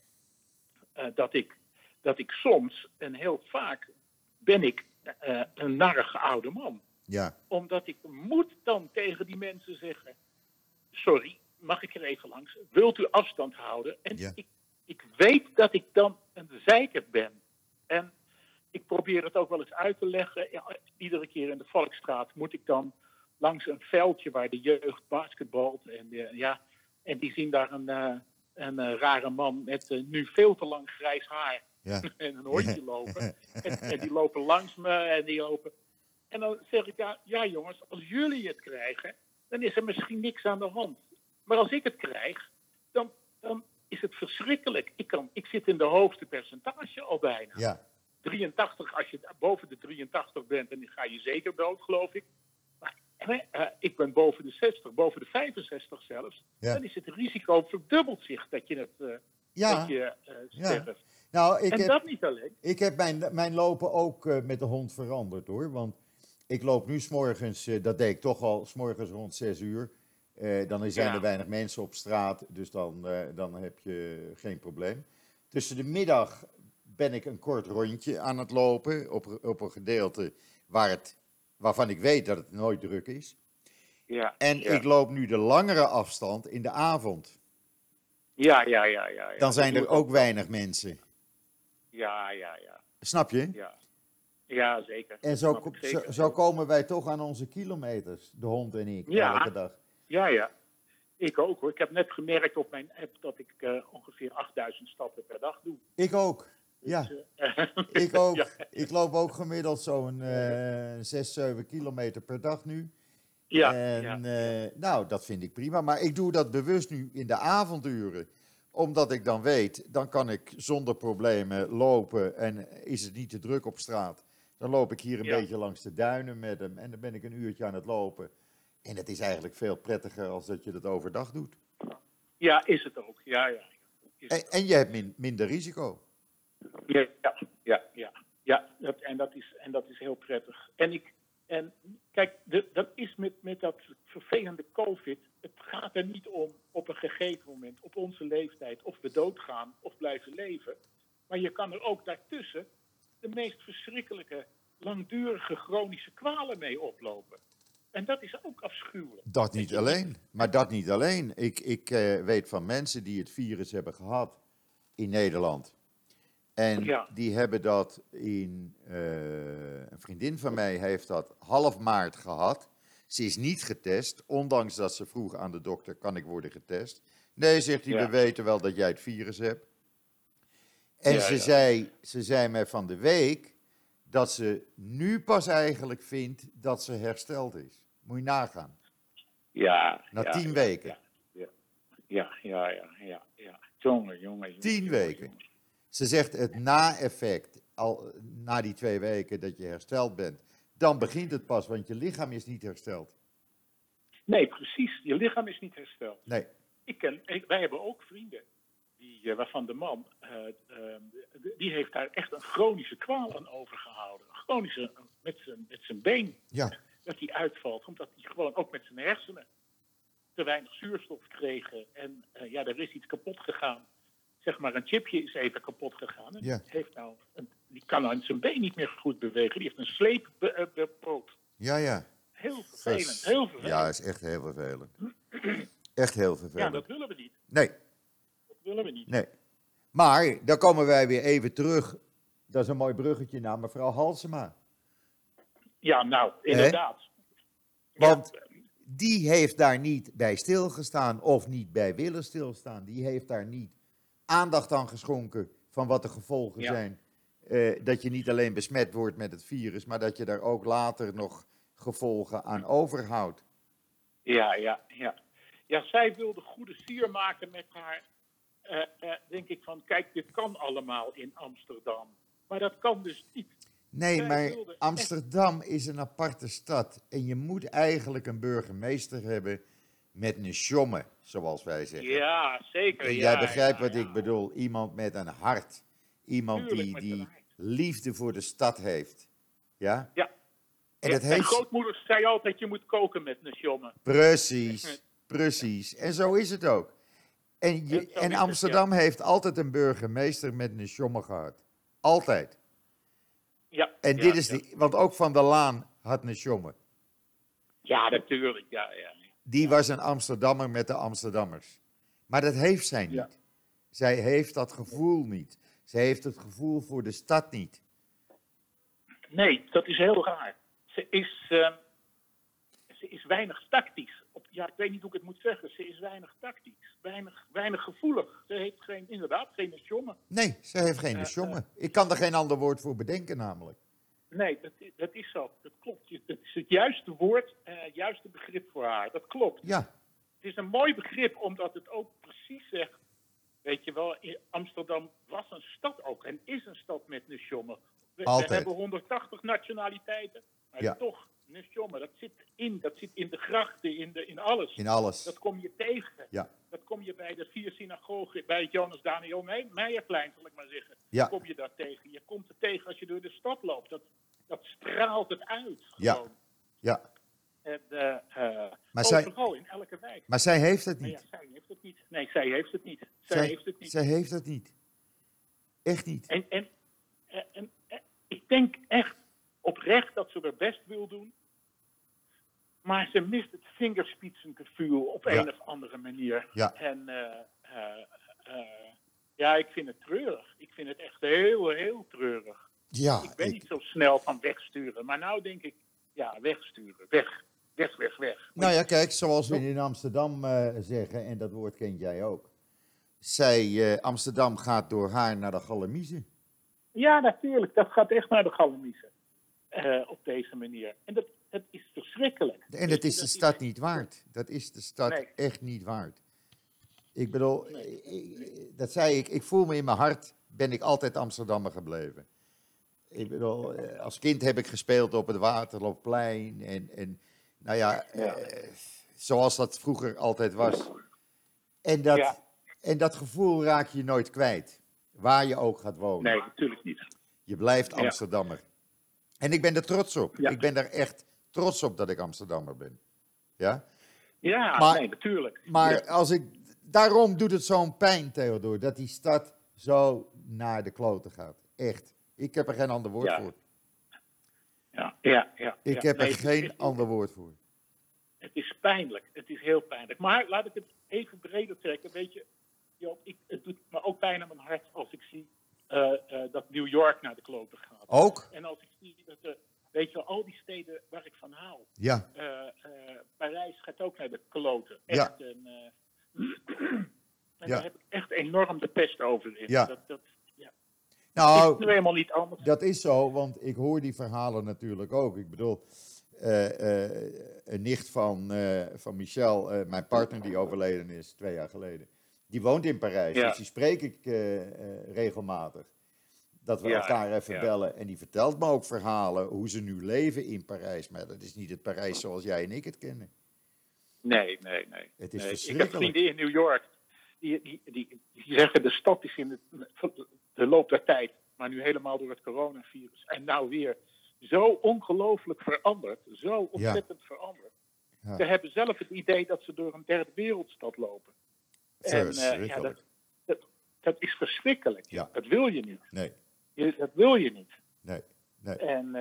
dat ik soms en heel vaak ben ik een narrige oude man. Ja. Omdat ik moet dan tegen die mensen zeggen, sorry, mag ik er even langs? Wilt u afstand houden? En ik weet dat ik dan een zeiker ben. En ik probeer het ook wel eens uit te leggen. Ja, iedere keer in de Valkstraat moet ik dan langs een veldje waar de jeugd basketbalt. En die zien daar een rare man met nu veel te lang grijs haar en een hondje lopen. En die lopen langs me en die lopen. En dan zeg ik, ja jongens, als jullie het krijgen, dan is er misschien niks aan de hand. Maar als ik het krijg, dan is het verschrikkelijk. Ik zit in de hoogste percentage al bijna. Ja. 83, als je boven de 83 bent, dan ga je zeker dood, geloof ik. Maar ik ben boven de 60, boven de 65 zelfs. Ja. Dan is het risico verdubbeld zich dat je sterft. Nou, dat niet alleen. Ik heb mijn lopen ook met de hond veranderd, hoor. Want ik loop nu 's morgens, dat deed ik toch al, 's morgens rond 6 uur. Dan zijn er weinig mensen op straat, dus dan heb je geen probleem. Tussen de middag ben ik een kort rondje aan het lopen op een gedeelte waarvan ik weet dat het nooit druk is. Ja, ik loop nu de langere afstand in de avond. Ja. Dan zijn er ook weinig mensen. Ja. Snap je? Ja, zeker. En zo komen wij toch aan onze kilometers, de hond en ik, elke dag. Ja. Ik ook hoor. Ik heb net gemerkt op mijn app dat ik ongeveer 8000 stappen per dag doe. Ik ook. Ja, ik ook. Ja. Ik loop ook gemiddeld zo'n 6, 7 kilometer per dag nu. Nou, dat vind ik prima. Maar ik doe dat bewust nu in de avonduren. Omdat ik dan weet, dan kan ik zonder problemen lopen en is het niet te druk op straat. Dan loop ik hier een beetje langs de duinen met hem en dan ben ik een uurtje aan het lopen. En het is eigenlijk veel prettiger als dat je dat overdag doet. Ja, is het ook. Ja. En je hebt minder risico. Ja, dat is heel prettig. En kijk, dat is met dat vervelende COVID, het gaat er niet om op een gegeven moment, op onze leeftijd, of we doodgaan of blijven leven. Maar je kan er ook daartussen de meest verschrikkelijke, langdurige chronische kwalen mee oplopen. En dat is ook afschuwelijk. Dat niet alleen. Maar dat niet alleen. Ik weet van mensen die het virus hebben gehad in Nederland. En die hebben dat een vriendin van mij heeft dat half maart gehad. Ze is niet getest, ondanks dat ze vroeg aan de dokter, kan ik worden getest? Nee, zegt hij, we weten wel dat jij het virus hebt. En ze zei mij van de week dat ze nu pas eigenlijk vindt dat ze hersteld is. Moet je nagaan. Na 10 weken. Ja. Jongen. 10 weken. Jongen. Ze zegt het na-effect, al na die 2 weken dat je hersteld bent, dan begint het pas, want je lichaam is niet hersteld. Nee, precies. Je lichaam is niet hersteld. Nee. Wij hebben ook vrienden, waarvan de man, die heeft daar echt een chronische kwaal aan overgehouden. Een chronische, met zijn been. Ja. Dat hij uitvalt, omdat hij gewoon ook met zijn hersenen te weinig zuurstof kregen. En er is iets kapot gegaan. Zeg maar, een chipje is even kapot gegaan. En die kan aan zijn been niet meer goed bewegen. Die heeft een sleeppoot. Ja. Heel vervelend. Heel vervelend. Ja, is echt heel vervelend. Echt heel vervelend. Ja, dat willen we niet. Nee, Dat willen we niet. nee. Maar dan komen wij weer even terug. Dat is een mooi bruggetje naar mevrouw Halsema. Ja, nou, inderdaad. Want die heeft daar niet bij stilgestaan of niet bij willen stilstaan. Die heeft daar niet aandacht aan geschonken van wat de gevolgen zijn. Dat je niet alleen besmet wordt met het virus, maar dat je daar ook later nog gevolgen aan overhoudt. Ja, zij wilde goede sier maken met haar, denk ik van, kijk, dit kan allemaal in Amsterdam. Maar dat kan dus niet. Nee, Zij maar wilde Amsterdam is een aparte stad. En je moet eigenlijk een burgemeester hebben met een schomme, zoals wij zeggen. Ja, zeker. En ja, jij begrijpt ja, wat ja. ik bedoel. Iemand met een hart. Iemand Tuurlijk, met die een hart. liefde voor de stad heeft. Ja? Ja. En Ja, dat mijn heeft... grootmoeder zei altijd, je moet koken met een jongen. Precies, precies. En zo is het ook. En, Zo is het, Amsterdam heeft altijd een burgemeester met een schomme gehad. Altijd. Ja, En ja, dit is ja. want ook Van der Laan had een schomme. Ja, natuurlijk. Ja. Die was een Amsterdammer met de Amsterdammers. Maar dat heeft zij niet. Ja. Zij heeft dat gevoel niet. Zij heeft het gevoel voor de stad niet. Nee, dat is heel raar. Ze is weinig tactisch. Ik weet niet hoe ik het moet zeggen. Ze is weinig tactisch. Weinig gevoelig. Ze heeft inderdaad geen jongen. Nee, ze heeft geen schomme. Ik kan er geen ander woord voor bedenken namelijk. Nee, dat is zo. Dat klopt. Dat is het juiste woord, het juiste begrip voor haar. Dat klopt. Ja, Het is een mooi begrip, omdat het ook precies zegt... Weet je wel, Amsterdam was een stad ook en is een stad met nation. We hebben 180 nationaliteiten, maar Ja. toch, nation, dat zit in de grachten, in alles. in alles. Dat kom je tegen. Ja. Dat kom je bij de 4 synagogen, bij het Jonas Daniel Meijerplein, zal ik maar zeggen. Ja. Kom je daar tegen. Je komt er tegen als je door de stad loopt. Dat straalt het uit. Ja. Gewoon. Ja. En, Maar overal, in elke wijk. Maar zij heeft het Maar niet. ja, zij heeft het niet. Nee, zij heeft het niet. Zij heeft het niet. Echt niet. En ik denk echt oprecht dat ze er best wil doen. Maar ze mist het vingerspitsengevoel op Ja. een of andere manier. Ja. En ja, ik vind het treurig. Ik vind het echt heel, heel treurig. Ja, Ik ben niet zo snel van wegsturen. Maar nou denk ik, ja, wegsturen. Weg. Nou ja, kijk, zoals we in Amsterdam zeggen, en dat woord kent jij ook. Amsterdam gaat door haar naar de Galamiezen. Ja, natuurlijk. Dat gaat echt naar de Galamiezen. Op deze manier. En dat is verschrikkelijk. En dat is de stad niet waard. Dat is de stad Nee. echt niet waard. Ik bedoel, dat zei ik, ik voel me in mijn hart, ben ik altijd Amsterdammer gebleven. Ik bedoel, als kind heb ik gespeeld op het Waterloopplein en nou ja, zoals dat vroeger altijd was. En dat gevoel raak je nooit kwijt, waar je ook gaat wonen. Nee, natuurlijk niet. Je blijft Amsterdammer. En ik ben er trots op. Ja. Ik ben er echt trots op dat ik Amsterdammer ben. Ja? Ja, Maar- nee, natuurlijk. Maar daarom doet het zo'n pijn, Theodor, dat die stad zo naar de kloten gaat. Echt. Ik heb er geen ander woord voor. Ja. Ik heb er Nee, geen ander woord voor. Het is pijnlijk. Het is heel pijnlijk. Maar laat ik het even breder trekken. Weet je, Joop, het doet me ook pijn aan mijn hart als ik zie dat New York naar de kloten gaat. Ook? En als ik zie dat, weet je wel, al die steden waar ik van hou. Ja. Parijs gaat ook naar de kloten. Ja. Echt. En Ja. daar heb ik echt enorm de pest over in. Ja. Dat is Nou, nu helemaal niet anders. dat is zo, want ik hoor die verhalen natuurlijk ook. Ik bedoel, een nicht van Michel, mijn partner die overleden is 2 jaar geleden, die woont in Parijs, Ja. dus die spreek ik regelmatig. Dat we Ja, elkaar even ja. bellen. En die vertelt me ook verhalen hoe ze nu leven in Parijs. Maar dat is niet het Parijs zoals jij en ik het kennen. Nee. Het is Ik verschrikkelijk. heb vrienden in New York. Die zeggen de stad is in de loop der tijd, maar nu helemaal door het coronavirus. En nou weer zo ongelooflijk veranderd. Zo ontzettend veranderd. Ja. Ze hebben zelf het idee dat ze door een derde wereldstad lopen. En Verschrikkelijk. dat is verschrikkelijk. Ja. Dat wil je niet. Nee, Dat wil je niet. nee. En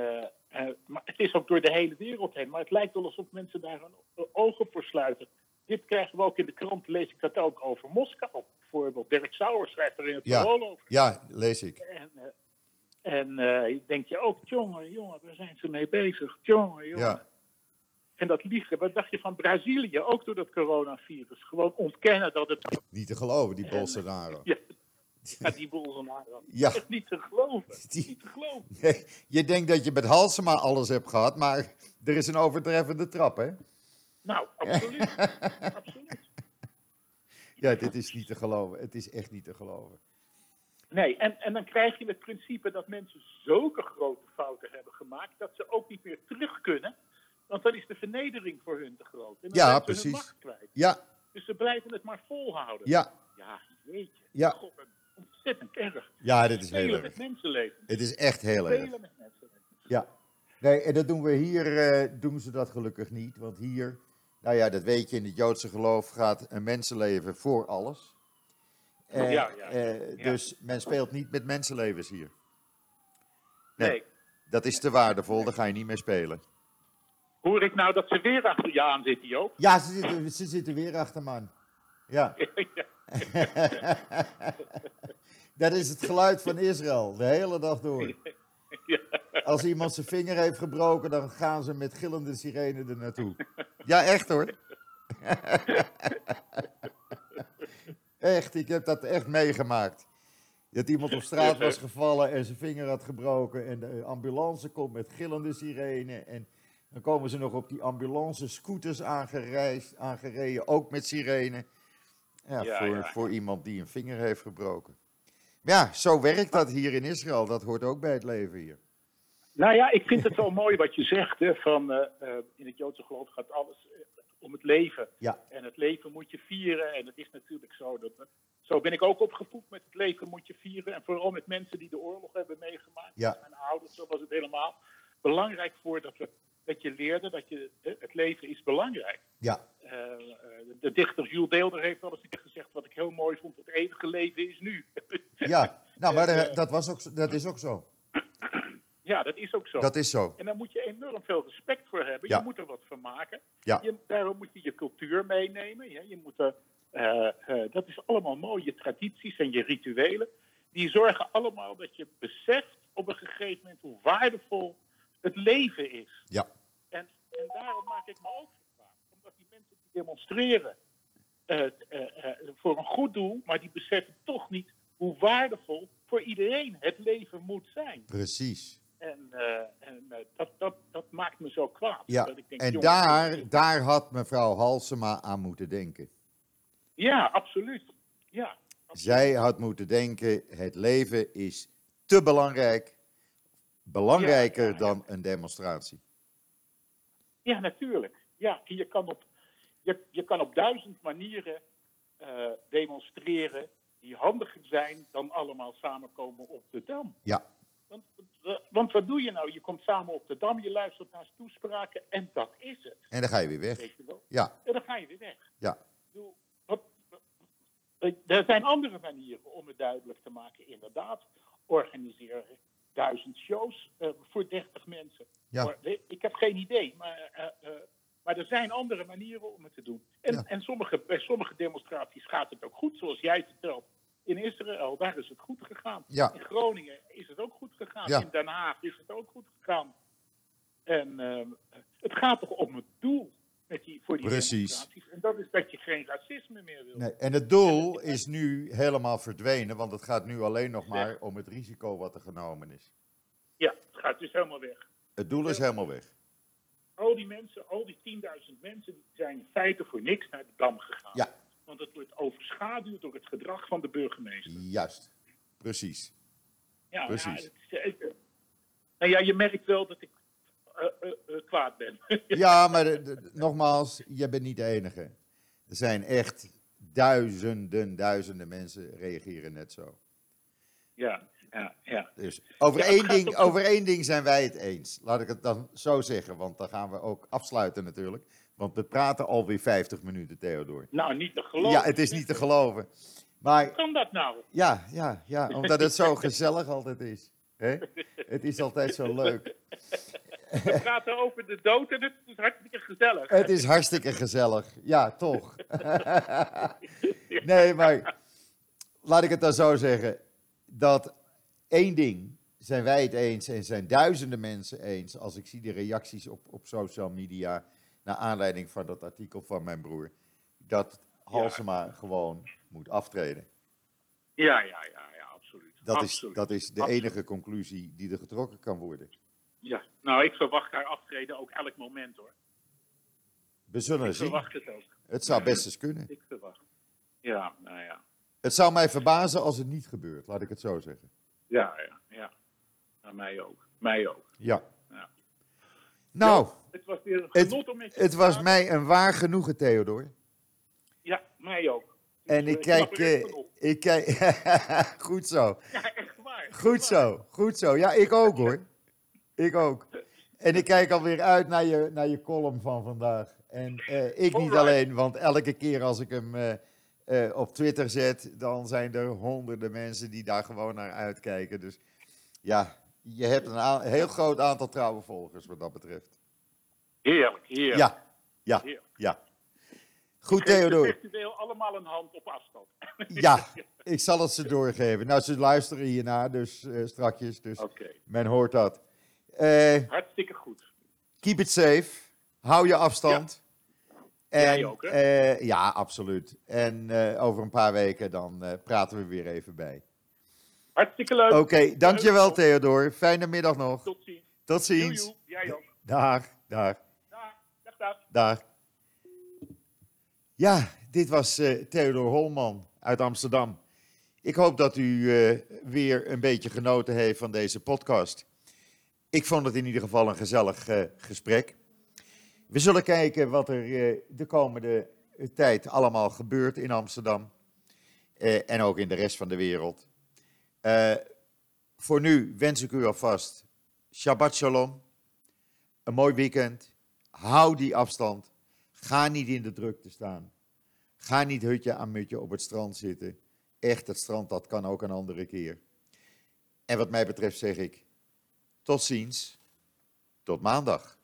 Maar het is ook door de hele wereld heen. Maar het lijkt wel alsof mensen daar hun ogen voor sluiten. Dit krijgen we ook in de krant, lees ik dat ook over Moskou. Bijvoorbeeld Dirk Sauer schrijft er in het parool over. Ja, lees ik. En denk je ook, jongen, waar zijn ze mee bezig? Jongen. Ja. En dat liegen, wat dacht je van Brazilië, ook door dat coronavirus? Gewoon ontkennen dat het... Niet te geloven, die Bolsonaro. Ja, die Bolsonaro. Ja. Echt niet te geloven. Niet te geloven. Nee, je denkt dat je met Halsema alles hebt gehad, maar er is een overtreffende trap, hè? Nou, absoluut. Absoluut. Ja, dit is niet te geloven. Het is echt niet te geloven. Nee, en dan krijg je het principe dat mensen zulke grote fouten hebben gemaakt, dat ze ook niet meer terug kunnen. Want dan is de vernedering voor hun te groot. En dan Ja, zijn ze precies. hun macht kwijt. Ja, Dus ze blijven het maar volhouden. ja, Ja, jeetje. Ja. God, ontzettend erg. ja, dit is heel Spelen erg. met mensenlevens. Het is echt heel erg. Spelen met mensenlevens. Ja. Nee, en dat doen we hier, doen ze dat gelukkig niet. Want hier, nou ja, dat weet je, in het Joodse geloof gaat een mensenleven voor alles. Ja. Dus men speelt niet met mensenlevens hier. Nee, Nee. dat is te waardevol, daar ga je niet mee spelen. Hoor ik nou dat ze weer achter je aan zit, Joop? Ja, ze zitten weer achter, man. Ja. Ja. Dat is het geluid van Israël, de hele dag door. Ja. Als iemand zijn vinger heeft gebroken, dan gaan ze met gillende sirene er naartoe. Ja, echt hoor. Echt, ik heb dat echt meegemaakt. Dat iemand op straat was gevallen en zijn vinger had gebroken. En de ambulance komt met gillende sirene. En dan komen ze nog op die ambulance scooters aangereden, ook met sirene. Ja, voor iemand die een vinger heeft gebroken. Maar ja, zo werkt dat hier in Israël. Dat hoort ook bij het leven hier. Nou ja, ik vind het wel mooi wat je zegt. Hè, van, in het Joodse geloof gaat alles om het leven. Ja. En het leven moet je vieren. En het is natuurlijk zo dat... Zo ben ik ook opgevoed met het leven moet je vieren. En vooral met mensen die de oorlog hebben meegemaakt. Ja. Mijn ouders, zo was het helemaal. Belangrijk voor dat je leerde dat het leven is belangrijk. Ja. De dichter Jules Deelder heeft wel eens gezegd wat ik heel mooi vond. Het eeuwige leven is nu. Ja, nou, maar dat is ook zo. Ja, dat is ook zo. Dat is zo. En daar moet je enorm veel respect voor hebben. Ja. Je moet er wat van maken. Ja. Daarom moet je je cultuur meenemen. Ja, je moet dat is allemaal mooi. Je tradities en je rituelen. Die zorgen allemaal dat je beseft op een gegeven moment hoe waardevol het leven is. Ja. En daarom maak ik me ook vragen. Omdat die mensen die demonstreren voor een goed doel, maar die beseffen toch niet hoe waardevol voor iedereen het leven moet zijn. Precies. En dat maakt me zo kwaad. Ja, Dat ik denk, en jongens, daar had mevrouw Halsema aan moeten denken. Ja, absoluut. Ja, Zij had moeten denken, het leven is te belangrijk. Belangrijker dan een demonstratie. Ja, natuurlijk. Ja, en je kan op 1000 manieren demonstreren die handiger zijn dan allemaal samenkomen op de Dam. Ja. Want wat doe je nou? Je komt samen op de Dam, je luistert naar toespraken en dat is het. En dan ga je weer weg. Weet je wel? Ja. En dan ga je weer weg. Ja. Er zijn andere manieren om het duidelijk te maken. Inderdaad, organiseren 1000 shows voor 30 mensen. Ja. Maar, ik heb geen idee, maar er zijn andere manieren om het te doen. En bij sommige demonstraties gaat het ook goed, zoals jij vertelt. In Israël, daar is het goed gegaan. Ja. In Groningen is het ook goed gegaan. Ja. In Den Haag is het ook goed gegaan. En het gaat toch om het doel voor die demonstraties. En dat is dat je geen racisme meer wil. Nee, en het doel is nu helemaal verdwenen, want het gaat nu alleen nog maar om het risico wat er genomen is. Ja, het gaat dus helemaal weg. Het doel is helemaal weg. Al die mensen, al die 10.000 mensen, die zijn in feite voor niks naar de Dam gegaan. Ja. Want het wordt overschaduwd door het gedrag van de burgemeester. Juist, precies. Ja, Precies. Nou ja, je merkt wel dat ik kwaad ben. Ja, maar nogmaals, je bent niet de enige. Er zijn echt duizenden mensen reageren net zo. Ja. Dus Ja, over één ding zijn wij het eens. Laat ik het dan zo zeggen, want dan gaan we ook afsluiten natuurlijk. Want we praten alweer 50 minuten, Theodor. Nou, niet te geloven. Ja, het is niet te geloven. Maar Hoe kan dat nou? ja, omdat het zo gezellig altijd is. Hè? Het is altijd zo leuk. We praten over de dood en het is hartstikke gezellig. Het is hartstikke gezellig. Ja, toch. Nee, maar laat ik het dan zo zeggen. Dat één ding zijn wij het eens en zijn duizenden mensen eens. Als ik zie de reacties op social media. Naar aanleiding van dat artikel van mijn broer. Dat Halsema gewoon moet aftreden. Ja, absoluut. Dat is de enige conclusie die er getrokken kan worden. Ja, nou, ik verwacht haar aftreden ook elk moment, hoor. We zullen Ik zien. verwacht het ook. Het zou best eens kunnen. Ik verwacht. Ja, nou ja. Het zou mij verbazen als het niet gebeurt, laat ik het zo zeggen. Ja. Nou, mij ook. Ja. Ja. Nou, Jo, het was weer een genot om met je het te was praten. mij een waar genoegen, Theodor. Ja, mij ook. En Dus, ik knap kijk, er echt van op. goed zo. Ja, echt waar. Goed zo. Ja, ik ook hoor. Ik ook. En ik kijk alweer uit naar je column van vandaag. En ik niet Alright. alleen, want elke keer als ik hem op Twitter zet, dan zijn er honderden mensen die daar gewoon naar uitkijken. Dus ja, je hebt een heel groot aantal trouwe volgers wat dat betreft. Heerlijk. Ja. Goed, Ik geef ze Theodor. virtueel allemaal een hand op afstand. Ja, ik zal het ze doorgeven. Nou, ze luisteren hiernaar, dus strakjes. Dus Oké, men hoort dat. hartstikke goed. Keep it safe. Hou je afstand. En, Jij ook, hè? ja, absoluut. En over een paar weken dan praten we weer even bij. Hartstikke leuk. Oké, dankjewel Theodor. Fijne middag nog. Tot ziens. Tot ziens. Joejoe, jij ook. Dag. Dag. Ja, dit was Theodor Holman uit Amsterdam. Ik hoop dat u weer een beetje genoten heeft van deze podcast. Ik vond het in ieder geval een gezellig gesprek. We zullen kijken wat er de komende tijd allemaal gebeurt in Amsterdam. En ook in de rest van de wereld. Voor nu wens ik u alvast Shabbat Shalom. Een mooi weekend. Hou die afstand. Ga niet in de drukte staan. Ga niet hutje aan mutje op het strand zitten. Echt, het strand, dat kan ook een andere keer. En wat mij betreft zeg ik, tot ziens. Tot maandag.